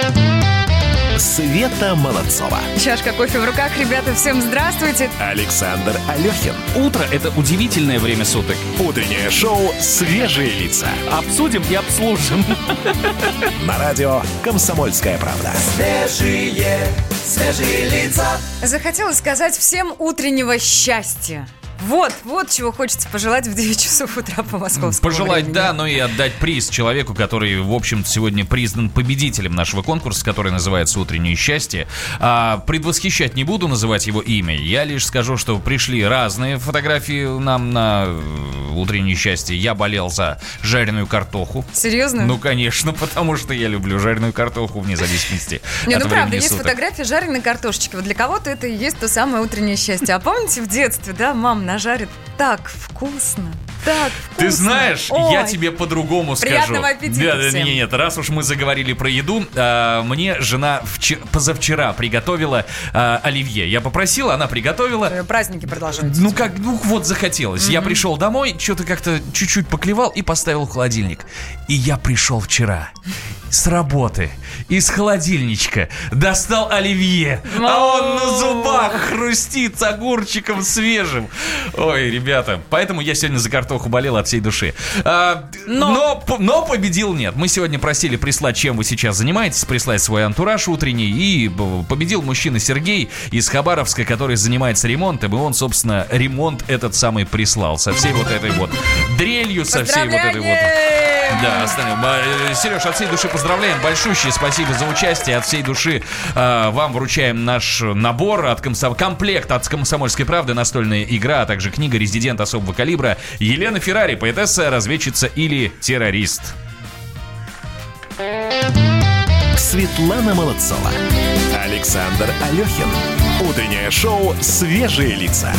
Света Молодцова. Чашка кофе в руках. Ребята, всем здравствуйте. Александр Алехин. Утро – это удивительное время суток. Утреннее шоу «Свежие лица». Обсудим и обслужим. На радио «Комсомольская правда». Свежие лица. Захотелось сказать всем утреннего счастья. Вот чего хочется пожелать в 9 часов утра по московскому Пожелать, времени. да, но и отдать приз человеку, который, в общем-то, сегодня признан победителем нашего конкурса, который называется «Утреннее счастье». Предвосхищать не буду, называть его имя. Я лишь скажу, что пришли разные фотографии нам на «Утреннее счастье». Я болел за жареную картоху. Серьезно? Ну, конечно, потому что я люблю жареную картоху, вне зависимости Не, от ну времени правда, есть суток. фотография жареной картошечки. Вот для кого-то это и есть то самое утреннее счастье. А помните в детстве, да, мама нажарит так вкусно. Так вкусно. Ты знаешь, Ой. я тебе по-другому скажу. Приятного аппетита всем. Нет, раз уж мы заговорили про еду, мне жена позавчера приготовила оливье. Я попросил, она приготовила. Праздники продолжаются. Вот захотелось. Я пришел домой, что-то как-то чуть-чуть поклевал и поставил в холодильник. И я пришел вчера с работы, из холодильничка достал оливье, а он на зубах хрустит с огурчиком свежим. Ой, ребята, поэтому я сегодня за картоху болел от всей души. Но победил нет. Мы сегодня просили прислать, чем вы сейчас занимаетесь, прислать свой антураж утренний, и победил мужчина Сергей из Хабаровска, который занимается ремонтом, и он, собственно, ремонт этот самый прислал со всей вот этой вот дрелью, со всей вот этой вот... Да, оставим. Сереж, от всей души поздравляем. Большущее спасибо за участие. От всей души вам вручаем наш набор, комплект от «Комсомольской правды», настольная игра, а также книга «Резидент особого калибра». Елена Феррари, поэтесса, разведчица или террорист. Светлана Молодцова. Александр Алехин. Утреннее шоу «Свежие лица».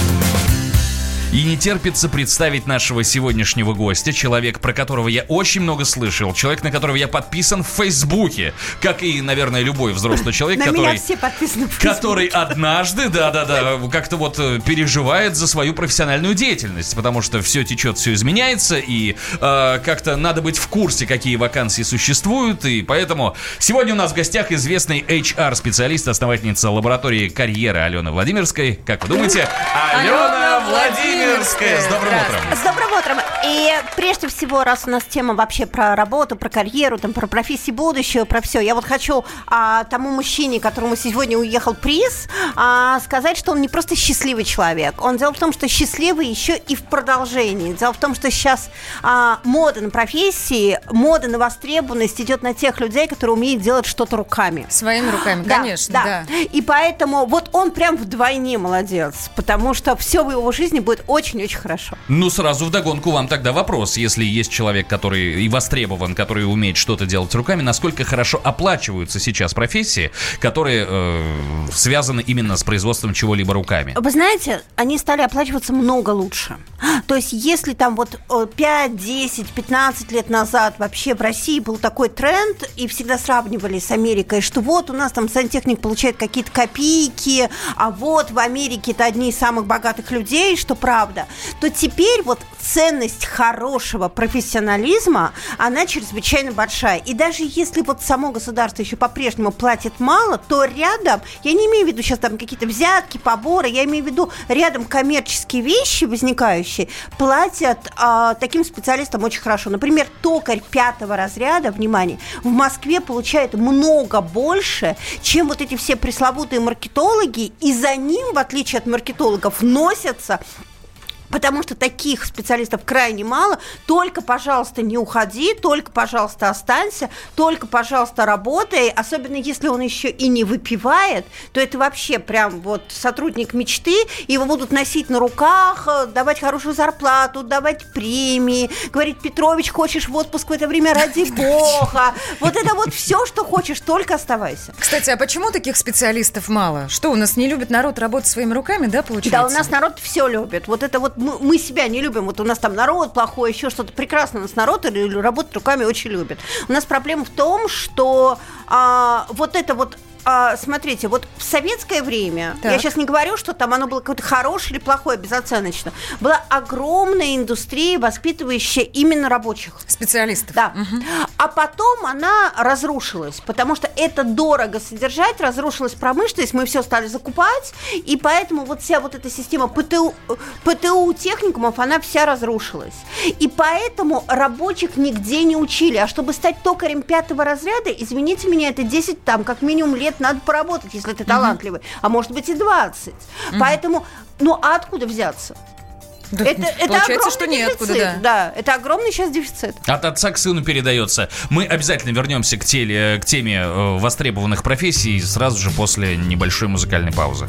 И не терпится представить нашего сегодняшнего гостя. Человек, про которого я очень много слышал. Человек, на которого я подписан в Фейсбуке. Как и, наверное, любой взрослый человек, на меня все подписаны в Фейсбуке. Который однажды, как-то вот переживает за свою профессиональную деятельность. Потому что все течет, все изменяется. И как-то надо быть в курсе, какие вакансии существуют. И поэтому сегодня у нас в гостях известный HR-специалист, основательница лаборатории карьеры Алена Владимирская. Как вы думаете? Алена Владимирская! С добрым утром! С добрым утром! И прежде всего, раз у нас тема вообще про работу, про карьеру, там, про профессии будущего, про все, я вот хочу тому мужчине, которому сегодня уехал приз, сказать, что он не просто счастливый человек. Дело в том, что счастливый еще и в продолжении. Дело в том, что сейчас мода на профессии, мода на востребованность идет на тех людей, которые умеют делать что-то руками. Своими руками, конечно, да. И поэтому вот он прям вдвойне молодец, потому что все в его жизни будет очень-очень хорошо. Ну, сразу вдогонку вам тогда вопрос. Если есть человек, который и востребован, который умеет что-то делать руками, насколько хорошо оплачиваются сейчас профессии, которые связаны именно с производством чего-либо руками? Вы знаете, они стали оплачиваться много лучше. То есть, если там вот 5, 10, 15 лет назад вообще в России был такой тренд, и всегда сравнивали с Америкой, что вот у нас там сантехник получает какие-то копейки, а вот в Америке это одни из самых богатых людей, что правда, то теперь вот ценность хорошего профессионализма, она чрезвычайно большая. И даже если вот само государство еще по-прежнему платит мало, то рядом, я не имею в виду сейчас там какие-то взятки, поборы, я имею в виду рядом коммерческие вещи возникающие, платят таким специалистам очень хорошо. Например, токарь 5-го разряда, внимание, в Москве получает много больше, чем вот эти все пресловутые маркетологи, и за ним, в отличие от маркетологов, носятся потому что таких специалистов крайне мало. Только, пожалуйста, не уходи, только, пожалуйста, останься, только, пожалуйста, работай. Особенно, если он еще и не выпивает, то это вообще прям вот сотрудник мечты. Его будут носить на руках, давать хорошую зарплату, давать премии, говорить: Петрович, хочешь в отпуск в это время, ради бога. Вот это вот все, что хочешь, только оставайся. Кстати, а почему таких специалистов мало? Что, у нас не любит народ работать своими руками, да, получается? Да, у нас народ все любит. Вот это вот мы себя не любим. Вот у нас там народ плохой, еще что-то. Прекрасно у нас народ работать руками очень любит. У нас проблема в том, что вот это вот смотрите, вот в советское время, Так. я сейчас не говорю, что там оно было какое-то хорошее или плохое, безоценочно, была огромная индустрия, воспитывающая именно рабочих. Специалистов. Да. А потом она разрушилась, потому что это дорого содержать, разрушилась промышленность, мы все стали закупать, и поэтому вот вся вот эта система ПТУ техникумов, она вся разрушилась. И поэтому рабочих нигде не учили. А чтобы стать токарем 5-го разряда, извините меня, это 10 там, как минимум лет надо поработать, если ты талантливый, а может быть и 20. Поэтому, а откуда взяться? Да, Это получается, огромный что неоткуда, дефицит. Да, это огромный сейчас дефицит. От отца к сыну передается. Мы обязательно вернемся к теме востребованных профессий сразу же после небольшой музыкальной паузы.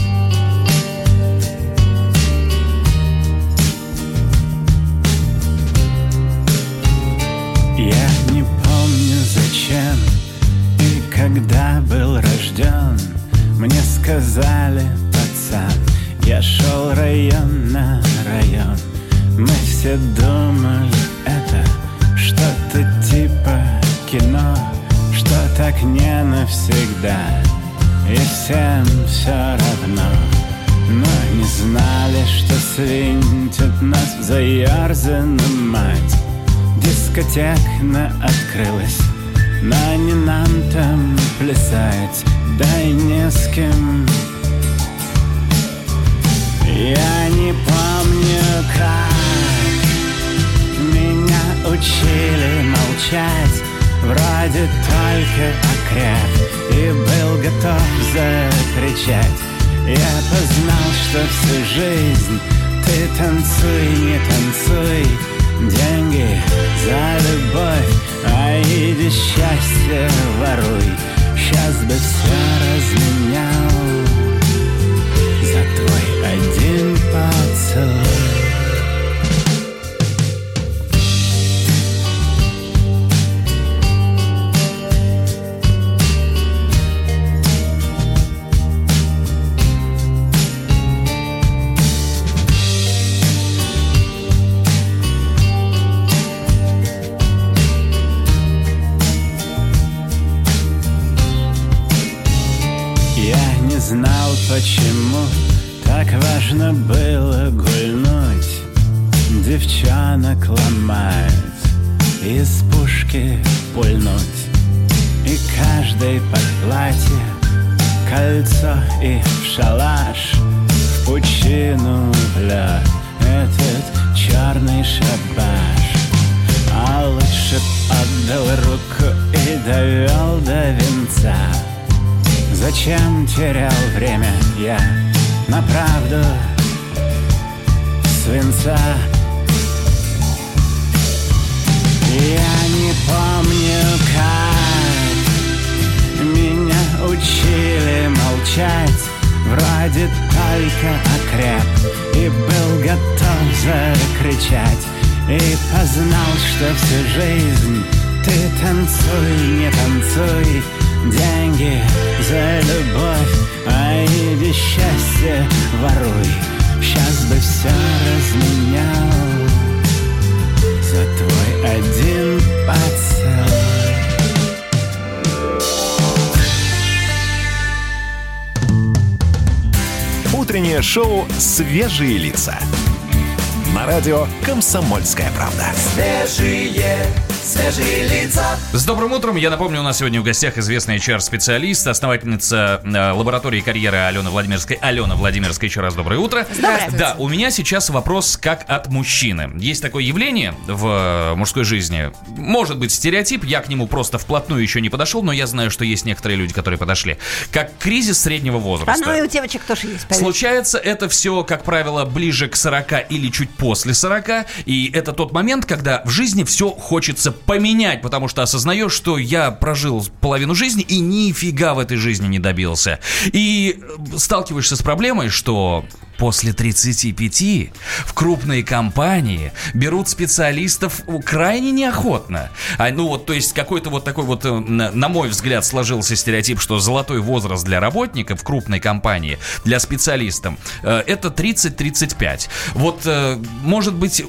Я не помню, зачем и когда был рожден. Мне сказали, пацан, я шел район на район. Мы все думали, это что-то типа кино, что так не навсегда, и всем все равно. Но не знали, что свинтит нас в заерзанную мать. Дискотека открылась, но не нам там плясать, да и не с кем. Я не помню, как меня учили молчать, вроде только окреп и был готов закричать. Я познал, что всю жизнь ты танцуй, не танцуй, деньги за любовь, а иди счастье воруй. Сейчас бы все разменял за твой один поцелуй. Знал, почему так важно было гульнуть. Девчонок ломать, из пушки пульнуть, и каждый под платье кольцо и в шалаш, в пучину бля этот черный шабаш. А лучше б отдал руку и довел до венца. Зачем терял время я на правду свинца? Я не помню, как меня учили молчать, вроде только окреп и был готов закричать. И познал, что всю жизнь ты танцуй, не танцуй, деньги за любовь, а иди счастье воруй. Сейчас бы все разменял за твой один поцелуй. Утреннее шоу «Свежие лица». На радио «Комсомольская правда». Свежие лица. С добрым утром. Я напомню, у нас сегодня в гостях известная HR-специалист, основательница лаборатории карьеры Алена Владимирская. Алена Владимирская, еще раз доброе утро. Здравствуйте. Да, у меня сейчас вопрос как от мужчины. Есть такое явление в мужской жизни. Может быть стереотип, я к нему просто вплотную еще не подошел, но я знаю, что есть некоторые люди, которые подошли. Как кризис среднего возраста. Оно и у девочек тоже есть, поверьте. Случается это все, как правило, ближе к 40 или чуть после 40. И это тот момент, когда в жизни все хочется поменять, потому что осознаешь, что я прожил половину жизни и нифига в этой жизни не добился. И сталкиваешься с проблемой, что после 35 в крупные компании берут специалистов крайне неохотно. То есть какой-то вот такой вот, на мой взгляд, сложился стереотип, что золотой возраст для работника в крупной компании, для специалистов, это 30-35. Вот, может быть,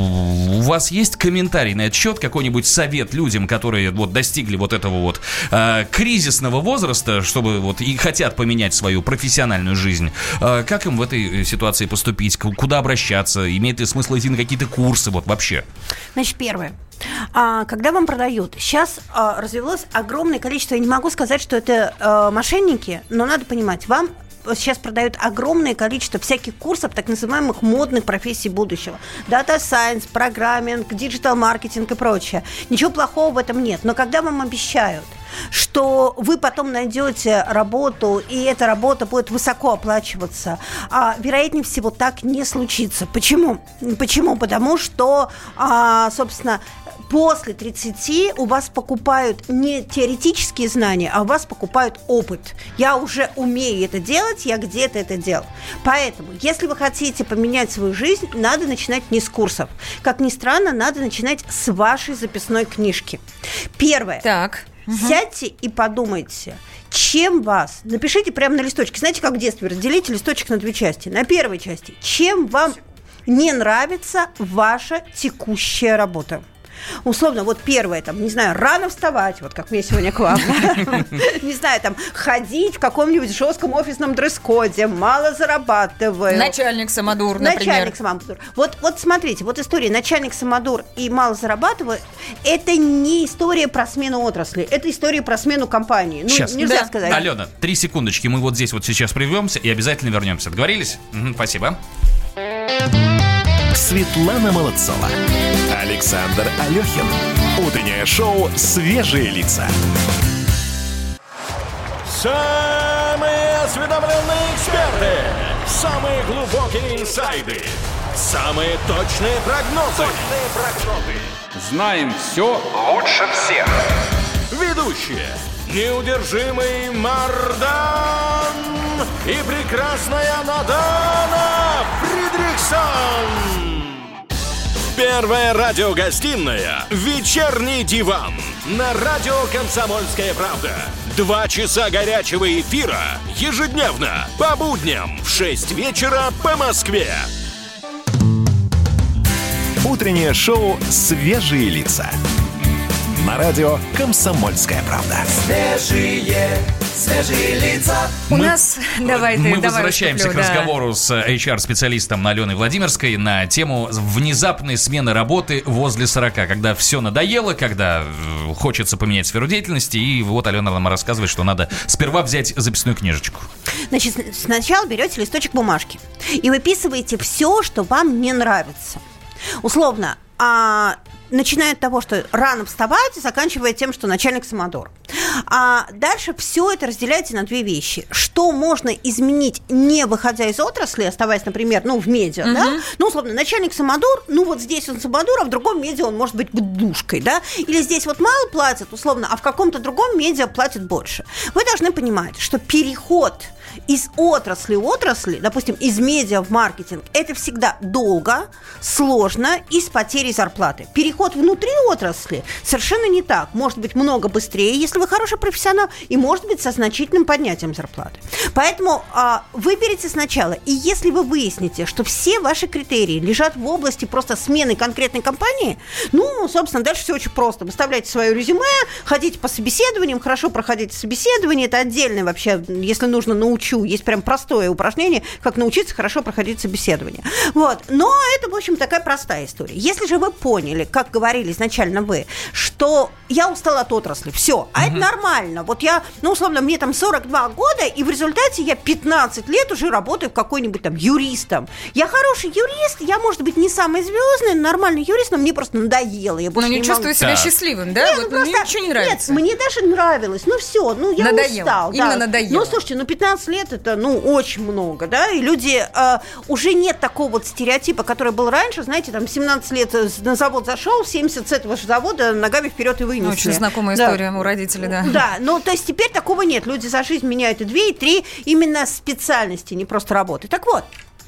у вас есть комментарий на этот счет, какой-нибудь совет людям, которые вот достигли вот этого вот кризисного возраста, чтобы вот и хотят поменять свою профессиональную жизнь. Как им в этой ситуации поступить? Куда обращаться? Имеет ли смысл идти на какие-то курсы? Вот вообще. Значит, первое. Когда вам продают, сейчас развелось огромное количество, я не могу сказать, что это мошенники, но надо понимать, вам сейчас продают огромное количество всяких курсов, так называемых модных профессий будущего. Data Science, программинг, диджитал-маркетинг и прочее. Ничего плохого в этом нет. Но когда вам обещают, что вы потом найдете работу, и эта работа будет высоко оплачиваться, вероятнее всего так не случится. Почему? Потому что, собственно, после 30 у вас покупают не теоретические знания, а у вас покупают опыт. Я уже умею это делать, я где-то это делал. Поэтому, если вы хотите поменять свою жизнь, надо начинать не с курсов. Как ни странно, надо начинать с вашей записной книжки. Первое. Так. Сядьте и подумайте, чем вас... Напишите прямо на листочке. Знаете, как в детстве? Разделите листочек на 2 части. На первой части. Чем вам не нравится ваша текущая работа? Условно, вот первое, там, не знаю, рано вставать, вот как мне сегодня к вам. Не знаю, там, ходить в каком-нибудь жестком офисном дресс-коде, мало зарабатываю. Начальник самодур, например. Начальник самодур. Вот смотрите, вот история начальник самодур и мало зарабатываю, это не история про смену отрасли, это история про смену компании. Ну, сейчас. Нельзя сказать. Алена, 3 секундочки, мы вот здесь вот сейчас прервемся и обязательно вернемся. Договорились? Спасибо. Светлана Молодцова, Александр Алехин. Утреннее шоу «Свежие лица». Самые осведомленные эксперты, самые глубокие инсайды, самые точные прогнозы. Знаем все лучше всех. Ведущие: неудержимый Мардан и прекрасная Надана Фридрихсон. Первая радиогостинная «Вечерний диван» на радио «Комсомольская правда». 2 часа горячего эфира ежедневно по будням в 6 вечера по Москве. Утреннее шоу «Свежие лица». На радио «Комсомольская правда». Свежие лица. Мы возвращаемся к разговору с HR-специалистом Аленой Владимирской на тему внезапной смены работы возле 40, когда все надоело, когда хочется поменять сферу деятельности, и вот Алена нам рассказывает, что надо сперва взять записную книжечку. Значит, сначала берете листочек бумажки и выписываете все, что вам не нравится. Условно, начиная от того, что рано вставать, и заканчивая тем, что начальник самодур. А дальше все это разделяйте на 2 вещи. Что можно изменить, не выходя из отрасли, оставаясь, например, в медиа, да? Ну, условно, начальник самодур, вот здесь он самодур, а в другом медиа он может быть душкой, да? Или здесь вот мало платят, условно, а в каком-то другом медиа платят больше. Вы должны понимать, что переход из отрасли, допустим, из медиа в маркетинг, это всегда долго, сложно и с потерей зарплаты. Переход внутри отрасли совершенно не так. Может быть много быстрее, если вы хороший профессионал, и может быть со значительным поднятием зарплаты. Поэтому выберите сначала, и если вы выясните, что все ваши критерии лежат в области просто смены конкретной компании, собственно, дальше все очень просто. Выставляйте свое резюме, ходите по собеседованиям, хорошо проходите собеседование, это отдельное вообще, если нужно, научу. Есть прям простое упражнение, как научиться хорошо проходить собеседование. Вот. Но это, в общем, такая простая история. Если же вы поняли, как говорили изначально вы, что я устала от отрасли, все, это нормально. Вот я, условно, мне там 42 года, и в результате я 15 лет уже работаю какой-нибудь там юристом. Я хороший юрист, я, может быть, не самый звездный, нормальный юрист, но мне просто надоело. Я больше не чувствую себя счастливым, да? Нет, мне ничего не нравится. Нет, мне даже нравилось. Все, я надоело. Устал. Именно надоело. Слушайте, 15 лет это, очень много, да, и люди, уже нет такого вот стереотипа, который был раньше, знаете, там, 17 лет на завод зашел, 70 с этого же завода ногами вперед и вынесли. Очень знакомая история у родителей, да. Да, то есть теперь такого нет, люди за жизнь меняют и 2, и 3 именно специальности, не просто работы. Так вот,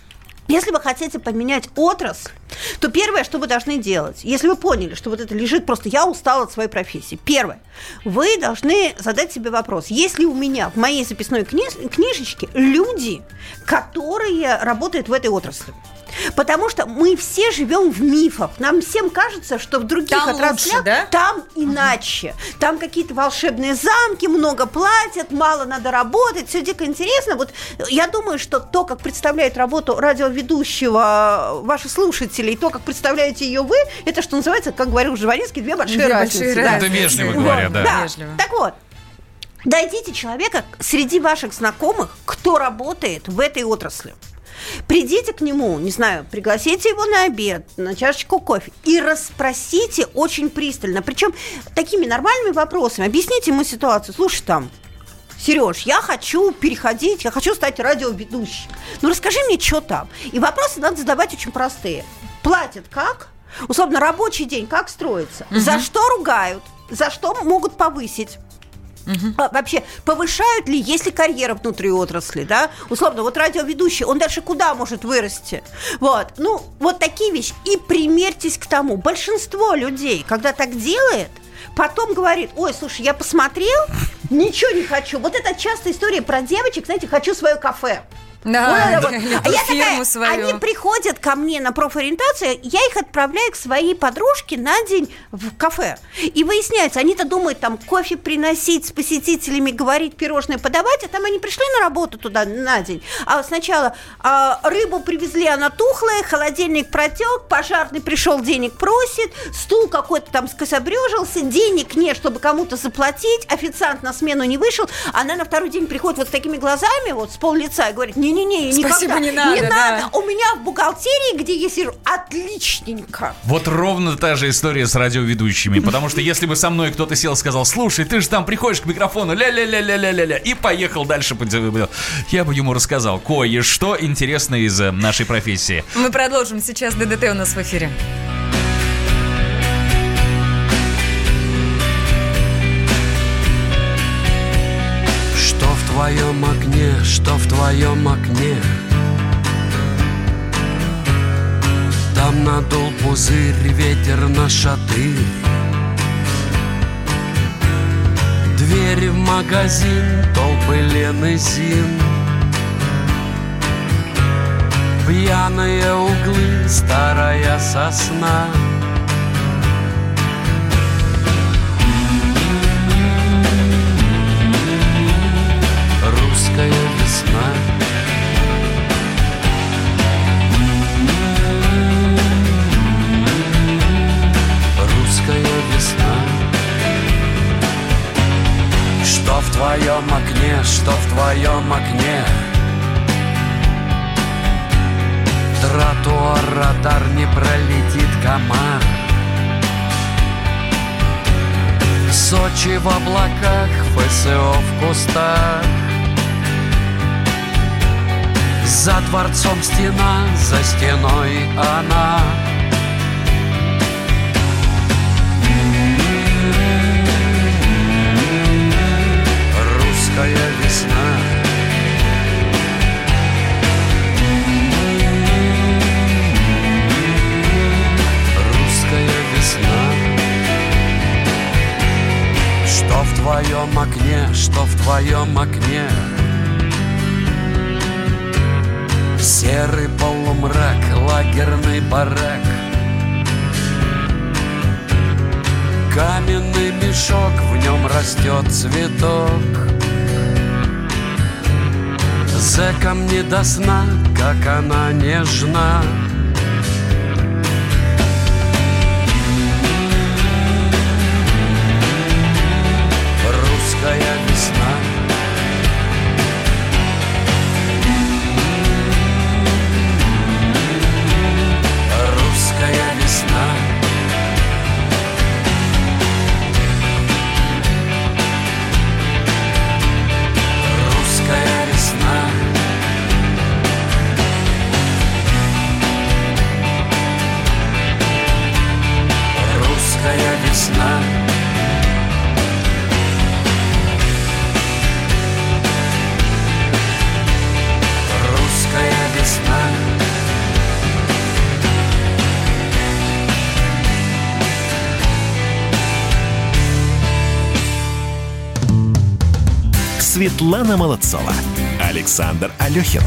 Если вы хотите поменять отрасль, то первое, что вы должны делать, если вы поняли, что вот это лежит просто «я устал от своей профессии», первое, вы должны задать себе вопрос, есть ли у меня в моей записной книжечке люди, которые работают в этой отрасли. Потому что мы все живем в мифах. Нам всем кажется, что в других там отраслях лучше, да? там иначе. Там какие-то волшебные замки, много платят, мало надо работать, все дико интересно. Вот я думаю, что то, как представляет работу радиоведущего ваши слушатели, и то, как представляете ее вы, это, что называется, как говорил Жванецкий, две большие разницы. Да. Это вежливо говоря, да. Вежливо. Так вот, найдите человека среди ваших знакомых, кто работает в этой отрасли. Придите к нему, не знаю, пригласите его на обед, на чашечку кофе и расспросите очень пристально. Причем такими нормальными вопросами. Объясните ему ситуацию. Слушай, там, Сереж, я хочу переходить, я хочу стать радиоведущим. Ну, расскажи мне, что там. И вопросы надо задавать очень простые. Платят как? Условно, рабочий день как строится? За что ругают? За что могут повысить? Вообще, повышают ли, есть ли карьера внутри отрасли, да? Условно, вот радиоведущий, он дальше куда может вырасти? Вот, ну, вот такие вещи. И примерьтесь к тому. Большинство людей, когда так делает, потом говорит, ой, слушай, я посмотрел, ничего не хочу. Вот это частая история про девочек, знаете, хочу свое кафе. Да, Вот. или А я фирму такая, свою. они приходят ко мне на профориентацию, я их отправляю к своей подружке на день в кафе. И выясняется, они-то думают там кофе приносить, с посетителями говорить, пирожные подавать, а там они пришли на работу туда на день. А сначала рыбу привезли, она тухлая, холодильник протек, пожарный пришел, денег просит, стул какой-то там скособрежился, денег нет, чтобы кому-то заплатить, официант на смену не вышел, она на второй день приходит вот с такими глазами, вот с пол-лица и говорит, не-не-не, Спасибо, никогда. не надо, да. У меня в бухгалтерии, где я сижу, отличненько. Вот ровно та же история с радиоведущими. Потому что если бы со мной кто-то сел и сказал, слушай, ты же там приходишь к микрофону, ля-ля-ля-ля-ля-ля-ля, и поехал дальше, я бы ему рассказал кое-что интересное из нашей профессии. Мы продолжим сейчас. ДДТ у нас в эфире. Что в твоем окне, что в твоем окне? Там надул пузырь ветер на шатырь. Двери в магазин, толпы Лен и Зин. Пьяные углы, старая сосна. Русская весна. Русская весна. Что в твоем окне, что в твоем окне? Тротуар, радар, не пролетит комар. Сочи в облаках, ФСО в кустах. За дворцом стена, за стеной она. Русская весна. Русская весна. Что в твоем окне, что в твоем окне? Серый полумрак, лагерный барак. Каменный мешок, в нем растет цветок. Зэкам не до сна, как она нежна. Русская весна. Русская весна. Русская весна. Светлана Молодцова. Александр Алехин.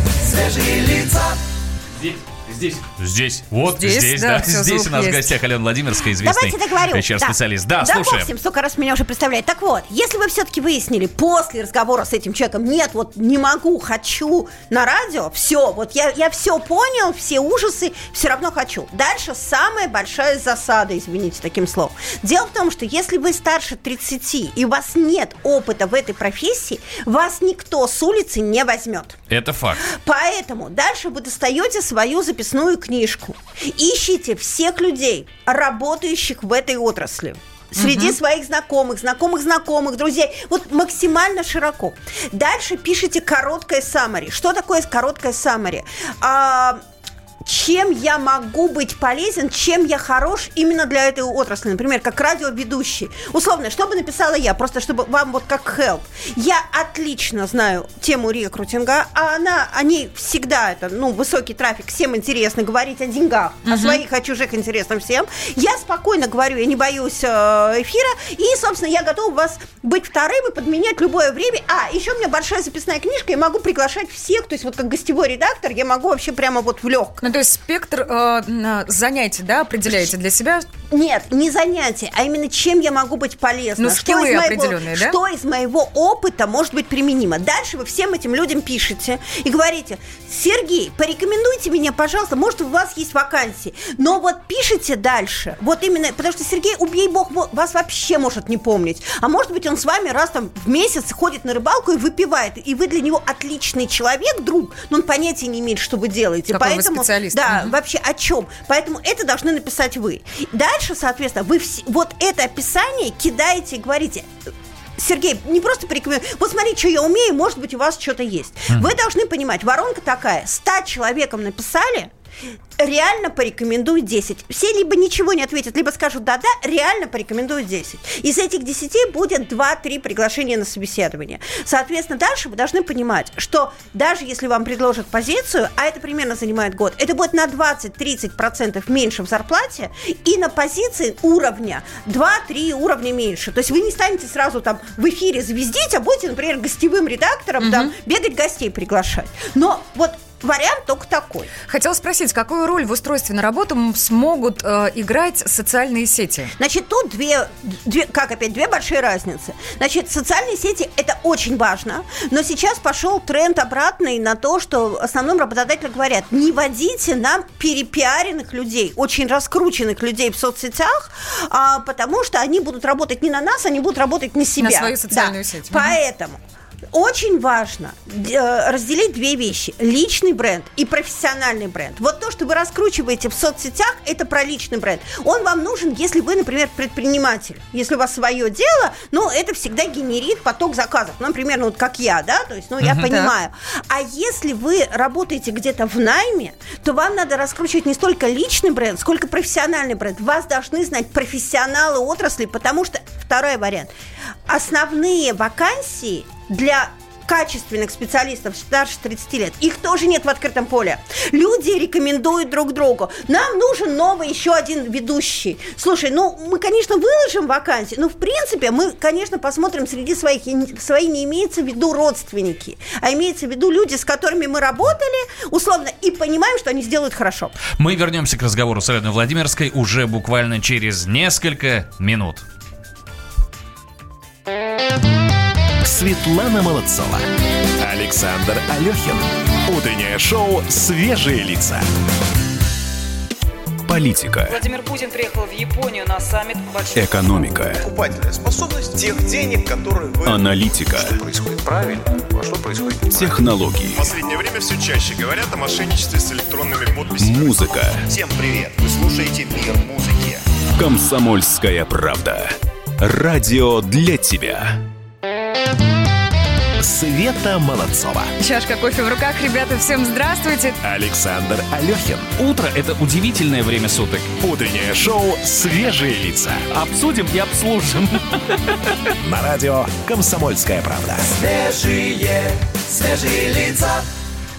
Здесь. Вот здесь, да, да. всё, Здесь звук у нас в есть. гостях Алена Владимирская, известный Давайте договорю. HR-специалист. Да, Да, слушаем. бог с ним, столько раз меня уже представляет. Так вот, если вы все-таки выяснили после разговора с этим человеком, нет, вот не могу, хочу на радио, все, вот я все понял, все ужасы, все равно хочу. Дальше самая большая засада, извините таким словом. Дело в том, что если вы старше 30 и у вас нет опыта в этой профессии, вас никто с улицы не возьмет. Это факт. Поэтому дальше вы достаете свою записную книжку, ищите всех людей, работающих в этой отрасли. Среди своих знакомых, друзей. Вот максимально широко. Дальше пишите короткое саммари. Что такое короткое саммари? Чем я могу быть полезен, чем я хорош именно для этой отрасли. Например, как радиоведущий. Условно, что бы написала я, просто чтобы вам вот как help. Я отлично знаю тему рекрутинга, а о ней всегда это, высокий трафик, всем интересно говорить о деньгах, о своих, о чужих интересно всем. Я спокойно говорю, я не боюсь эфира, и, собственно, я готова вас быть вторым и подменять любое время. Еще у меня большая записная книжка, я могу приглашать всех, то есть вот как гостевой редактор, я могу вообще прямо вот в легком. То есть спектр занятий, да, определяете для себя? Нет, не занятия, а именно чем я могу быть полезна. Скиллы определенные, да? Что из моего опыта может быть применимо. Дальше вы всем этим людям пишете и говорите: Сергей, порекомендуйте меня, пожалуйста, может, у вас есть вакансии. Но вот пишите дальше. Вот именно, потому что Сергей, убей бог, вас вообще может не помнить. А может быть, он с вами раз там в месяц ходит на рыбалку и выпивает. И вы для него отличный человек, друг, но он понятия не имеет, что вы делаете. Какой вы специалист. Да, вообще о чем? Поэтому это должны написать вы. Дальше, соответственно, вы вот это описание кидаете и говорите: Сергей, не просто порекомендую. Вот смотри, что я умею, может быть, у вас что-то есть. Вы должны понимать, воронка такая: 100 человекам написали, реально порекомендуют 10. Все либо ничего не ответят, либо скажут да-да, реально порекомендуют 10. Из этих 10 будет 2-3 приглашения на собеседование. Соответственно, дальше вы должны понимать, что даже если вам предложат позицию, а это примерно занимает год, это будет на 20-30% меньше в зарплате и на позиции уровня 2-3 уровня меньше. То есть вы не станете сразу там в эфире звездить, а будете, например, гостевым редактором там бегать гостей приглашать. Но вот вариант только такой. Хотела спросить, какую роль в устройстве на работу смогут играть социальные сети? Значит, тут две большие разницы. Значит, социальные сети – это очень важно, но сейчас пошел тренд обратный на то, что основным работодателям говорят: не вводите нам перепиаренных людей, очень раскрученных людей в соцсетях, потому что они будут работать не на нас, они будут работать на себя. На свою социальную сеть. Поэтому очень важно разделить две вещи: личный бренд и профессиональный бренд. Вот то, что вы раскручиваете в соцсетях, это про личный бренд. Он вам нужен, если вы, например, предприниматель. Если у вас свое дело, это всегда генерит поток заказов. Например, вот как я, да, то есть, я понимаю. А если вы работаете где-то в найме, то вам надо раскручивать не столько личный бренд, сколько профессиональный бренд. Вас должны знать профессионалы отрасли, потому что, второй вариант, основные вакансии для качественных специалистов старше 30 лет, их тоже нет в открытом поле. Люди рекомендуют друг другу: нам нужен новый еще один ведущий. Слушай, мы, конечно, выложим вакансии, но в принципе мы, конечно, посмотрим среди своих. Свои не имеется в виду родственники, а имеется в виду люди, с которыми мы работали, условно, и понимаем, что они сделают хорошо. Мы вернемся к разговору с Аленой Владимирской уже буквально через несколько минут. Светлана Молодцова. Александр Алехин. Утреннее шоу «Свежие лица». Политика. Владимир Путин приехал в Японию на саммит большой. Экономика. Покупательная способность тех денег, которые вы... Аналитика. Что происходит правильно, а что происходит неправильно. Технологии. В последнее время все чаще говорят о мошенничестве с электронными подписями. Музыка. Всем привет! Вы слушаете «Мир музыки». Комсомольская правда. Радио для тебя. Света Молодцова. Чашка кофе в руках. Ребята, всем здравствуйте. Александр Алехин. Утро – это удивительное время суток. Утреннее шоу «Свежие лица». Обсудим и обслужим. На радио «Комсомольская правда». Свежие лица.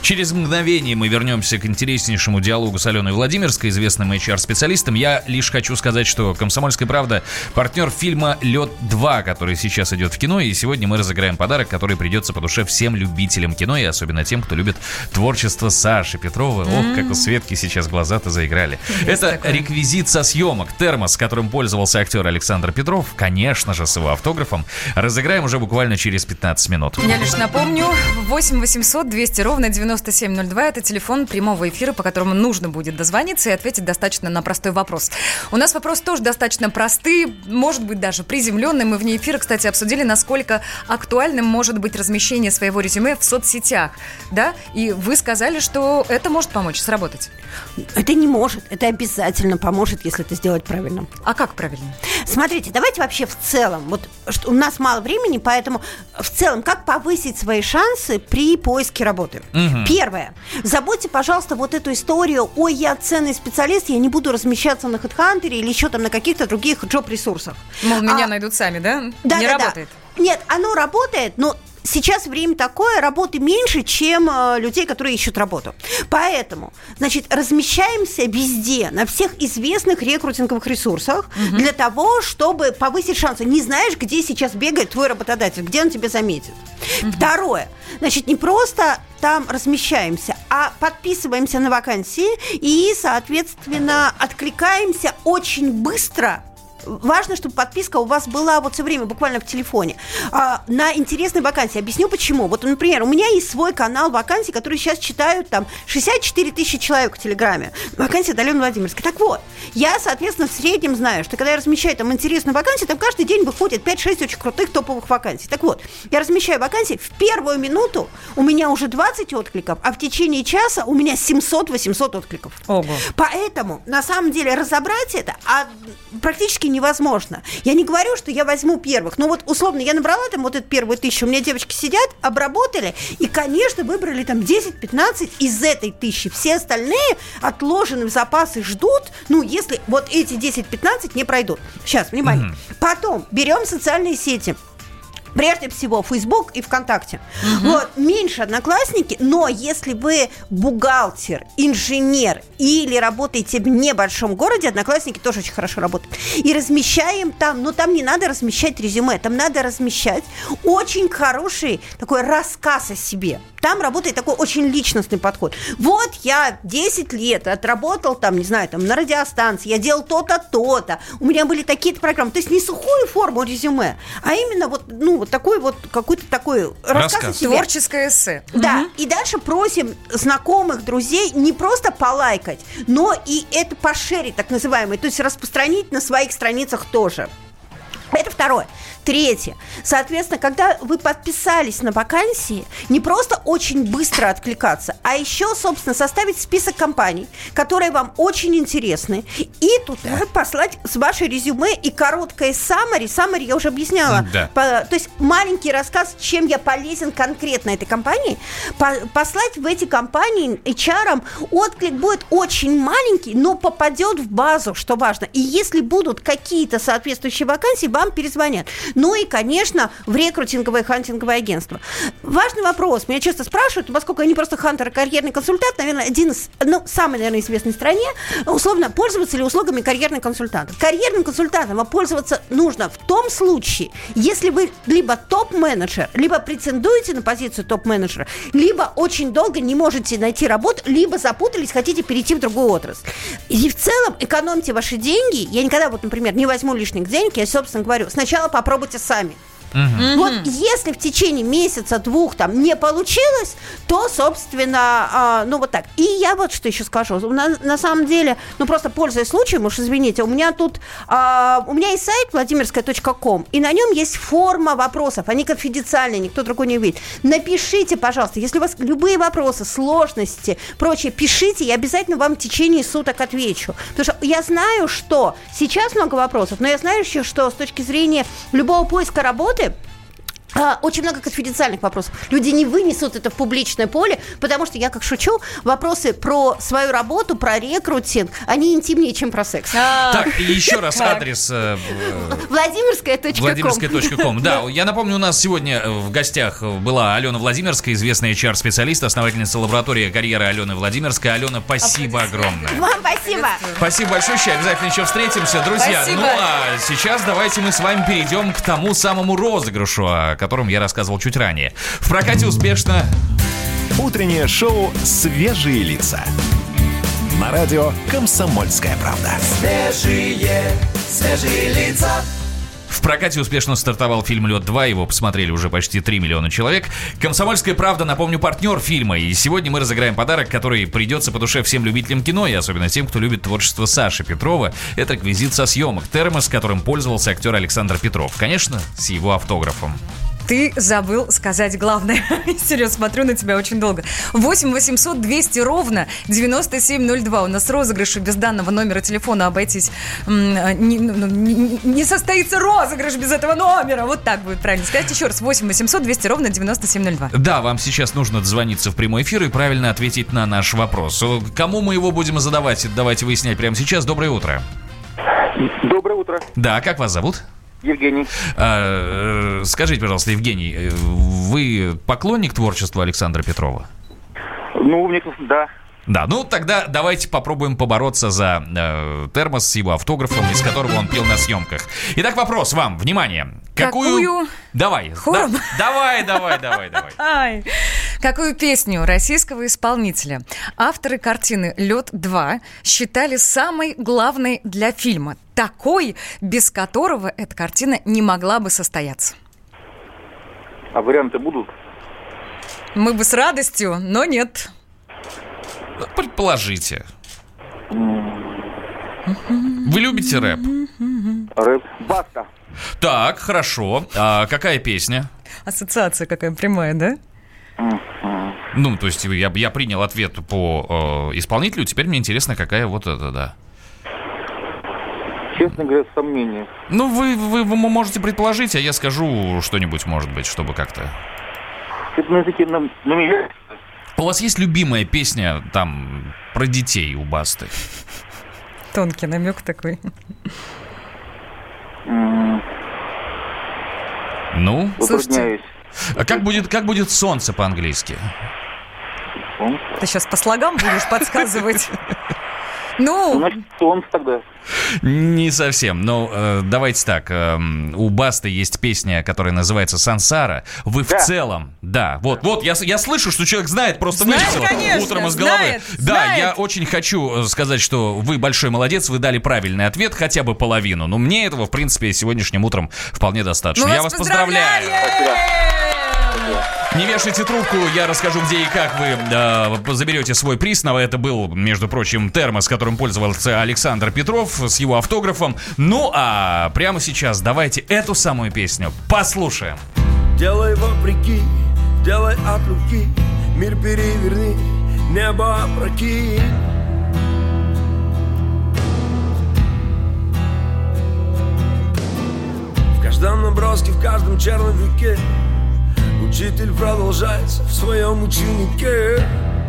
Через мгновение мы вернемся к интереснейшему диалогу с Аленой Владимирской, известным HR-специалистом. Я лишь хочу сказать, что «Комсомольская правда» — партнер фильма «Лед 2», который сейчас идет в кино. И сегодня мы разыграем подарок, который придется по душе всем любителям кино, и особенно тем, кто любит творчество Саши Петрова. Ох, как у Светки сейчас глаза-то заиграли. Это реквизит со съемок. Термос, которым пользовался актер Александр Петров, конечно же, с его автографом. Разыграем уже буквально через 15 минут. Я лишь напомню, 8 800 200 ровно 9702 — это телефон прямого эфира, по которому нужно будет дозвониться и ответить достаточно на простой вопрос. У нас вопрос тоже достаточно простый, может быть, даже приземленный. Мы вне эфира, кстати, обсудили, насколько актуальным может быть размещение своего резюме в соцсетях, да? И вы сказали, что это может помочь сработать. Это не может, это обязательно поможет, если это сделать правильно. А как правильно? Смотрите, давайте вообще в целом, вот у нас мало времени, поэтому в целом, как повысить свои шансы при поиске работы? Первое. Забудьте, пожалуйста, вот эту историю: ой, я ценный специалист, я не буду размещаться на HeadHunter или еще там на каких-то других джоб-ресурсах. Мол, меня найдут сами, да? Не работает. Нет, оно работает, но сейчас время такое, работы меньше, чем людей, которые ищут работу. Поэтому, значит, размещаемся везде, на всех известных рекрутинговых ресурсах, для того, чтобы повысить шансы. Не знаешь, где сейчас бегает твой работодатель, где он тебя заметит. Второе. Значит, не просто там размещаемся, а подписываемся на вакансии и, соответственно, откликаемся очень быстро. Важно, чтобы подписка у вас была вот все время буквально в телефоне на интересные вакансии. Объясню почему. Вот, например, у меня есть свой канал вакансий, который сейчас читают там 64 тысячи человек в Телеграме. Вакансия Алены Владимирской. Так вот, я, соответственно, в среднем знаю, что когда я размещаю там интересную вакансию, там каждый день выходит 5-6 очень крутых топовых вакансий. Так вот, я размещаю вакансии, в первую минуту у меня уже 20 откликов, а в течение часа у меня 700-800 откликов. Ого. Поэтому, на самом деле, разобрать это практически невозможно. Я не говорю, что я возьму первых, но вот условно я набрала там вот эту первую 1000, у меня девочки сидят, обработали и, конечно, выбрали там 10-15 из этой 1000. Все остальные отложены в запасы, ждут, ну, если вот эти 10-15 не пройдут. Сейчас, внимание. Потом берем социальные сети. Прежде всего, Facebook и ВКонтакте. Вот, меньше Одноклассники, но если вы бухгалтер, инженер или работаете в небольшом городе, Одноклассники тоже очень хорошо работают. И размещаем там, но там не надо размещать резюме, там надо размещать очень хороший такой рассказ о себе. Там работает такой очень личностный подход. Вот я 10 лет отработал там, не знаю, там на радиостанции, я делал то-то, то-то, у меня были такие-то программы. То есть не сухую форму резюме, а именно вот, ну, вот такой вот, какой-то такой рассказ о себе. Творческое эссе. Да, и дальше просим знакомых, друзей не просто полайкать, но и это пошерить, так называемое, то есть распространить на своих страницах тоже. Это второе. Третье. Соответственно, когда вы подписались на вакансии, не просто очень быстро откликаться, а еще, собственно, составить список компаний, которые вам очень интересны, и туда послать с вашей резюме и короткое summary. Summary я уже объясняла. Да. То есть маленький рассказ, чем я полезен конкретно этой компании, послать в эти компании HR-ам. Отклик будет очень маленький, но попадет в базу, что важно. И если будут какие-то соответствующие вакансии, вам перезвонят. Ну и, конечно, в рекрутинговое, хантинговое агентство. Важный вопрос. Меня часто спрашивают, поскольку я не просто хантер, а карьерный консультант, наверное, один из, самый, наверное, известный в стране, условно, пользоваться ли услугами карьерных консультантов. Карьерным консультантом пользоваться нужно в том случае, если вы либо топ-менеджер, либо претендуете на позицию топ-менеджера, либо очень долго не можете найти работу, либо запутались, хотите перейти в другую отрасль. И в целом экономьте ваши деньги. Я никогда, вот, например, не возьму лишних денег, я, собственно, говорю, сначала попробуйте сами. Вот если в течение месяца-двух там не получилось, то, собственно, ну вот так. И я вот что еще скажу. На самом деле, ну просто пользуясь случаем, уж извините, у меня тут, у меня есть сайт владимирская.ком, и на нем есть форма вопросов. Они конфиденциальные, никто другой не увидит. Напишите, пожалуйста, если у вас любые вопросы, сложности, прочее, пишите, я обязательно вам в течение суток отвечу. Потому что я знаю, что сейчас много вопросов, но я знаю еще, что с точки зрения любого поиска работы, очень много конфиденциальных вопросов. Люди не вынесут это в публичное поле, потому что, я как шучу, вопросы про свою работу, про рекрутинг, они интимнее, чем про секс. Так, и еще раз адрес. Владимирская.ком. Да, я напомню, у нас сегодня в гостях была Алена Владимирская, известная HR-специалист, основательница лаборатории карьеры Алены Владимирской. Алена, спасибо огромное. Вам спасибо. Спасибо большое, обязательно еще встретимся, друзья. Спасибо. Ну, а сейчас давайте мы с вами перейдем к тому самому розыгрышу, о котором я рассказывал чуть ранее. В прокате успешно... Утреннее шоу «Свежие лица». На радио «Комсомольская правда». Свежие лица. В прокате успешно стартовал фильм «Лед 2». Его посмотрели уже почти 3 миллиона человек. «Комсомольская правда», напомню, партнер фильма. И сегодня мы разыграем подарок, который придется по душе всем любителям кино, и особенно тем, кто любит творчество Саши Петрова. Это реквизит со съемок. Термос, которым пользовался актер Александр Петров. Конечно, с его автографом. Ты забыл сказать главное. Серьезно, смотрю на тебя очень долго. 8 800 200 ровно 9702. У нас розыгрыш без данного номера телефона обойтись. Не состоится розыгрыш без этого номера. Вот так будет правильно сказать. Еще раз. 8 800 200 ровно 9702. Да, вам сейчас нужно дозвониться в прямой эфир и правильно ответить на наш вопрос. Кому мы его будем задавать? Давайте выяснять прямо сейчас. Доброе утро. Доброе утро. Да, как вас зовут? Евгений. Скажите, пожалуйста, Евгений, вы поклонник творчества Александра Петрова? Ну, мне да. Да, ну тогда давайте попробуем побороться за термос с его автографом, из которого он пил на съемках. Итак, вопрос вам, внимание. Какую? Давай. Хором? Давай. Ай. Какую песню российского исполнителя авторы картины «Лед 2» считали самой главной для фильма? Такой, без которого эта картина не могла бы состояться. А варианты будут? Мы бы с радостью, но нет. Предположите. Вы любите рэп? Рэп. Баста. Так, хорошо. А какая песня? Ассоциация какая прямая, да? Ну, то есть я принял ответ по исполнителю, теперь мне интересно, какая вот это, да. Честно говоря, сомнения. Ну, вы можете предположить, а я скажу что-нибудь, может быть, чтобы как-то... Это на языке меня... У вас есть любимая песня, там, про детей у Басты? Тонкий намек такой. Ну? Слушайте. А как будет солнце по-английски? Ты сейчас по слогам будешь подсказывать? Ну, значит, солнце тогда. Не совсем. Но давайте так. У Басты есть песня, которая называется «Сансара». Вы в целом... Да, вот, я слышу, что человек знает, просто вылетело утром из головы. Да, я очень хочу сказать, что вы большой молодец, вы дали правильный ответ, хотя бы половину. Но мне этого, в принципе, сегодняшним утром вполне достаточно. Я вас поздравляю. Не вешайте трубку, я расскажу, где и как вы заберете свой приз. Это был, между прочим, термос, которым пользовался Александр Петров с его автографом. Ну, а прямо сейчас давайте эту самую песню послушаем. Делай вопреки, делай от руки, мир переверни, небо опрокинь. В каждом наброске, в каждом черновике учитель продолжается в своем ученике.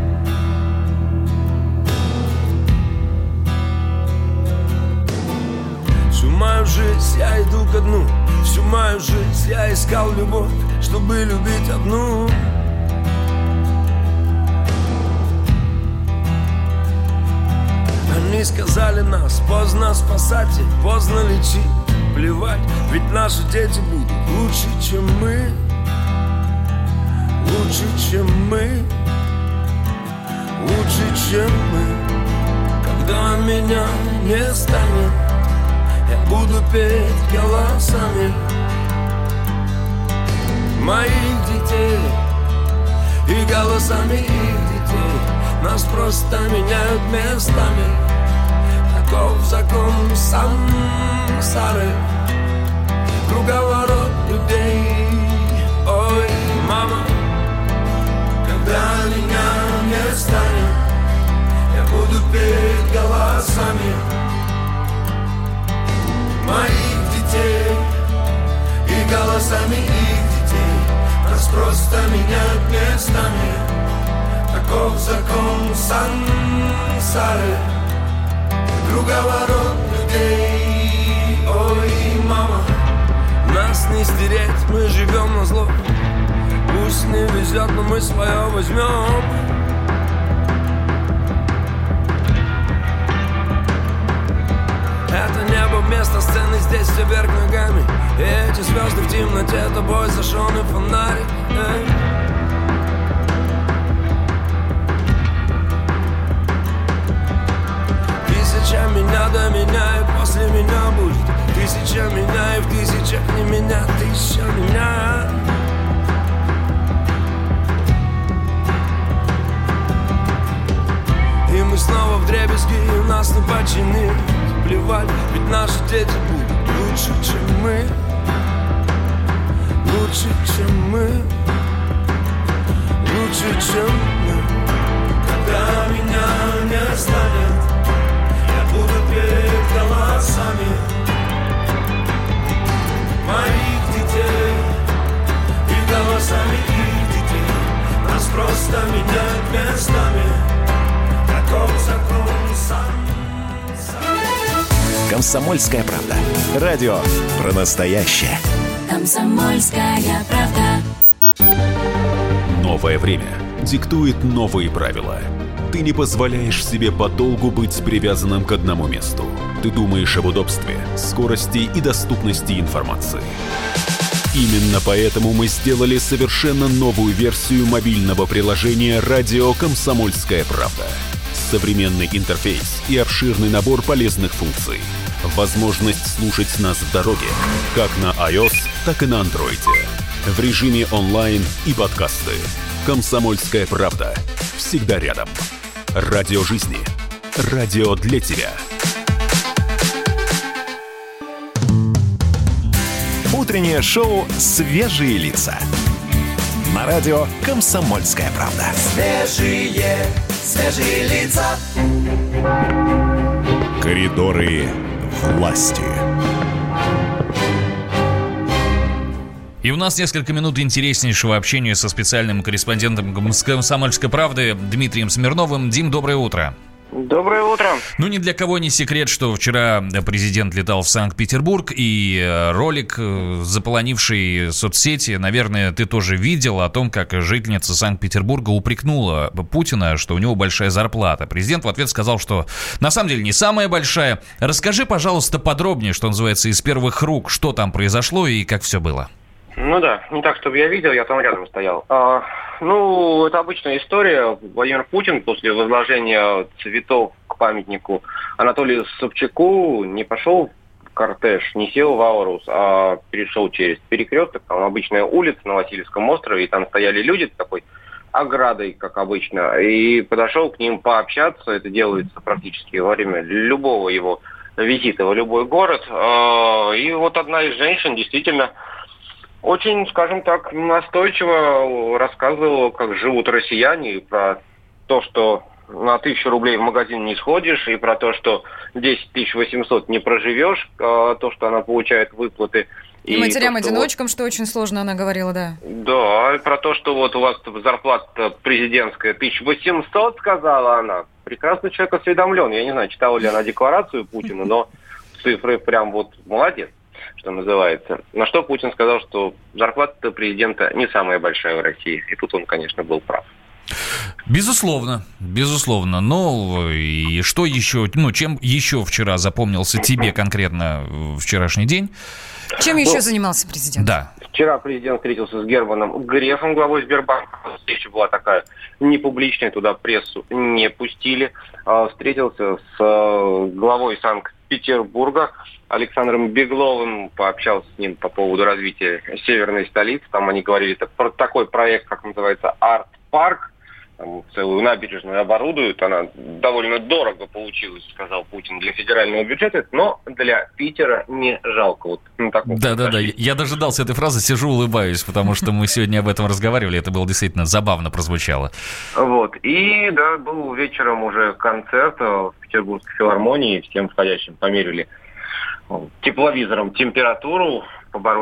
Всю мою жизнь я иду ко дну, всю мою жизнь я искал любовь, чтобы любить одну. Они сказали нас, поздно спасать и поздно лечить. Плевать, ведь наши дети будут лучше, чем мы. Лучше, чем мы, лучше, чем мы. Когда меня не станет, я буду петь голосами моих детей и голосами их детей. Нас просто меняют местами. Таков закон сансары, круговорот людей. Ой, мама, когда меня не станет, я буду петь голосами моих детей и голосами их детей. менять местами. Таков закон сансары. Круговорот людей. Ой, мама, нас не стереть, мы живем на зло. Пусть не везет, но мы свое возьмем. Это небо вместо сцены, здесь все вверх ногами. И эти звезды в темноте, тобой зажженный фонарик. Тысяча меня до меня, и после меня будет тысяча меня, и в тысячах не меня, тысяча меня. И мы снова вдребезги, и нас не починить. Плевать, ведь наши дети будут лучше, чем мы. Лучше, чем мы. Лучше, чем мы. Когда меня не станет, я буду петь голосами моих детей и голосами их детей. Нас просто менять местами. Таков закон сам. «Комсомольская правда». Радио про настоящее. «Комсомольская правда». Новое время диктует новые правила. Ты не позволяешь себе подолгу быть привязанным к одному месту. Ты думаешь об удобстве, скорости и доступности информации. Именно поэтому мы сделали совершенно новую версию мобильного приложения «Радио Комсомольская правда». Современный интерфейс и обширный набор полезных функций. Возможность слушать нас в дороге, как на iOS, так и на Android. В режиме онлайн и подкасты. «Комсомольская правда». Всегда рядом. Радио жизни. Радио для тебя. Утреннее шоу «Свежие лица». На радио «Комсомольская правда». Свежие лица. Коридоры власти. И у нас несколько минут интереснейшего общения со специальным корреспондентом «Комсомольской правды» Дмитрием Смирновым. Дим, доброе утро. Доброе утро. Ну, ни для кого не секрет, что вчера президент летал в Санкт-Петербург, и ролик, заполонивший соцсети, наверное, ты тоже видел, о том, как жительница Санкт-Петербурга упрекнула Путина, что у него большая зарплата. Президент в ответ сказал, что на самом деле не самая большая. Расскажи, пожалуйста, подробнее, что называется, из первых рук, что там произошло и как все было. Ну да, не так, чтобы я видел, я там рядом стоял. Это обычная история. Владимир Путин после возложения цветов к памятнику Анатолию Собчаку не пошел в кортеж, не сел в Аурус, а перешел через перекресток. Там обычная улица на Васильевском острове, и там стояли люди такой оградой, как обычно, и подошел к ним пообщаться. Это делается практически во время любого его визита в любой город. И вот одна из женщин действительно очень, скажем так, настойчиво рассказывала, как живут россияне, и про то, что на 1000 рублей в магазин не сходишь, и про то, что 10 800 не проживешь, то, что она получает выплаты. И матерям-одиночкам, что очень сложно, она говорила, да. Да, и про то, что вот у вас зарплата президентская 1800, сказала она. Прекрасный человек осведомлен. Я не знаю, читала ли она декларацию Путина, но цифры прям вот молодец, что называется. На что Путин сказал, что зарплата президента не самая большая в России. И тут он, конечно, был прав. Безусловно. Ну, и что еще, чем еще вчера запомнился тебе конкретно вчерашний день? Чем еще занимался президент? Да. Вчера президент встретился с Германом Грефом, главой Сбербанка. Встреча была такая непубличная, туда прессу не пустили. Встретился с главой Санкт-Петербурга Александром Бегловым, пообщался с ним по поводу развития северной столицы. Там они говорили, это про такой проект, как называется, арт-парк. Там целую набережную оборудуют. Она довольно дорого получилась, сказал Путин, для федерального бюджета, но для Питера не жалко. Вот на таком. Да. Я дожидался этой фразы, сижу, улыбаюсь, потому что мы сегодня об этом разговаривали. Это было действительно забавно прозвучало. Вот. И да, был вечером уже концерт в Петербургской филармонии. Всем входящим померили тепловизором температуру, поборолись с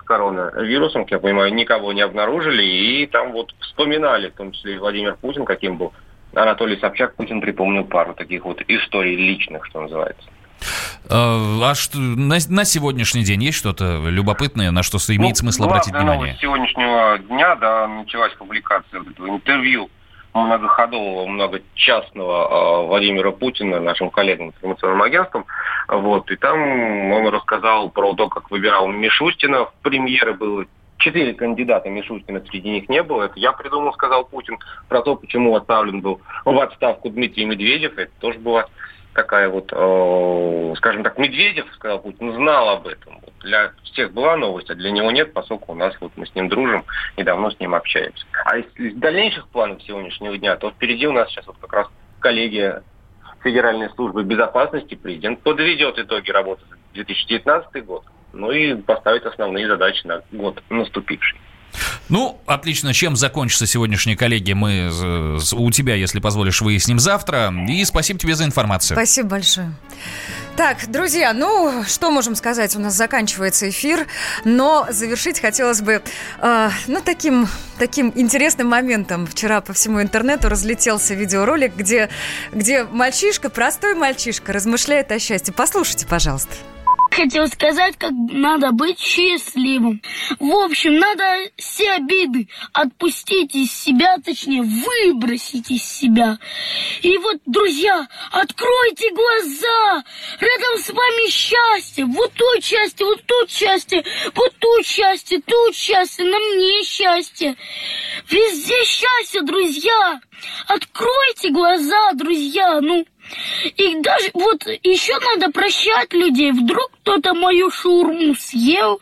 коронавирусом, как я понимаю, никого не обнаружили, и там вот вспоминали, в том числе и Владимир Путин, каким был Анатолий Собчак. Путин припомнил пару таких вот историй личных, что называется. А что, на сегодняшний день есть что-то любопытное, на что имеет смысл обратить внимание? С сегодняшнего дня, началась публикация этого интервью многоходового, многочастного Владимира Путина нашим коллегам информационным агентством. Вот, и там он рассказал про то, как выбирал Мишустина. В премьеры было 4 кандидата, Мишустина среди них не было. Это я придумал, сказал Путин. Про то, почему отправлен был в отставку Дмитрий Медведев. Это тоже была такая вот, скажем так, Медведев, сказал Путин, знал об этом. Вот для всех была новость, а для него нет, поскольку у нас вот мы с ним дружим и давно с ним общаемся. А из дальнейших планов сегодняшнего дня, то впереди у нас сейчас вот как раз коллегия Федеральной службы безопасности. Президент подведет итоги работы за 2019 год, ну и поставит основные задачи на год наступивший. Ну, отлично. Чем закончится сегодняшняя коллегия, мы у тебя, если позволишь, выясним завтра. И спасибо тебе за информацию. Спасибо большое. Так, друзья, что можем сказать? У нас заканчивается эфир, но завершить хотелось бы таким интересным моментом. Вчера по всему интернету разлетелся видеоролик, где мальчишка, простой мальчишка, размышляет о счастье. Послушайте, пожалуйста. Хотел сказать, как надо быть счастливым. В общем, надо все обиды отпустить из себя, точнее, выбросить из себя. И вот, друзья, откройте глаза. Рядом с вами счастье. Вот тут счастье, вот тут счастье, вот тут счастье, на мне счастье. Везде счастье, друзья. Откройте глаза, друзья, И даже вот еще надо прощать людей. Вдруг кто-то мою шаурму съел.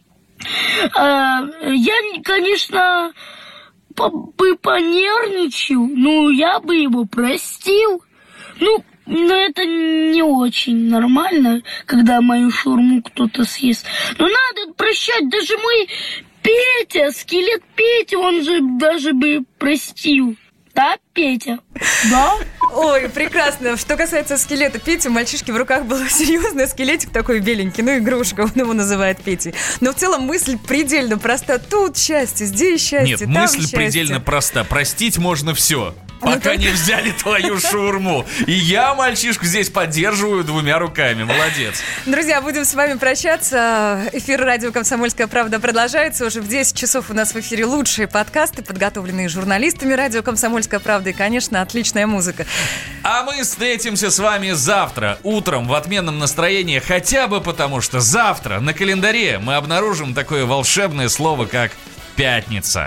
Я, конечно, бы понервничал, но я бы его простил. Но это не очень нормально, когда мою шаурму кто-то съест. Но надо прощать. Даже мой Петя, скелет Петя, он же даже бы простил. Да, Петя? Да? Ой, прекрасно. Что касается скелета Пети, у мальчишки в руках был серьезный скелетик такой беленький, игрушка, он его называет Петей. Но в целом мысль предельно проста. Тут счастье, здесь счастье, там мысль счастье. Предельно проста. Простить можно все. Пока не взяли твою шаурму. И я мальчишку здесь поддерживаю 2 руками. Молодец. Друзья, будем с вами прощаться. Эфир радио «Комсомольская правда» продолжается. Уже в 10 часов у нас в эфире лучшие подкасты, подготовленные журналистами радио «Комсомольская правда». И, конечно, отличная музыка. А мы встретимся с вами завтра утром в отменном настроении. Хотя бы потому, что завтра на календаре мы обнаружим такое волшебное слово, как «пятница».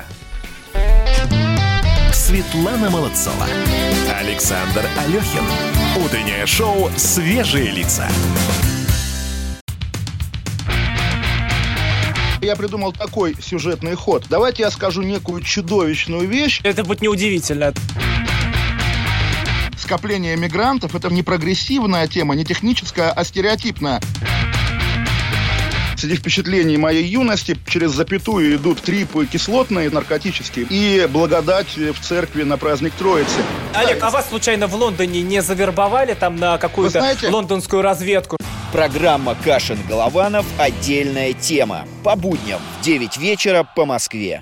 Светлана Молодцова, Александр Алехин. Утреннее шоу «Свежие лица». Я придумал такой сюжетный ход. Давайте я скажу некую чудовищную вещь. Это будет неудивительно. Скопление мигрантов – это не прогрессивная тема, не техническая, а стереотипная. Среди впечатлений моей юности через запятую идут трипы кислотные, наркотические, и благодать в церкви на праздник Троицы. Олег, а вас случайно в Лондоне не завербовали там на какую-то лондонскую разведку? Программа «Кашин-Голованов. Отдельная тема». По будням в 9 вечера по Москве.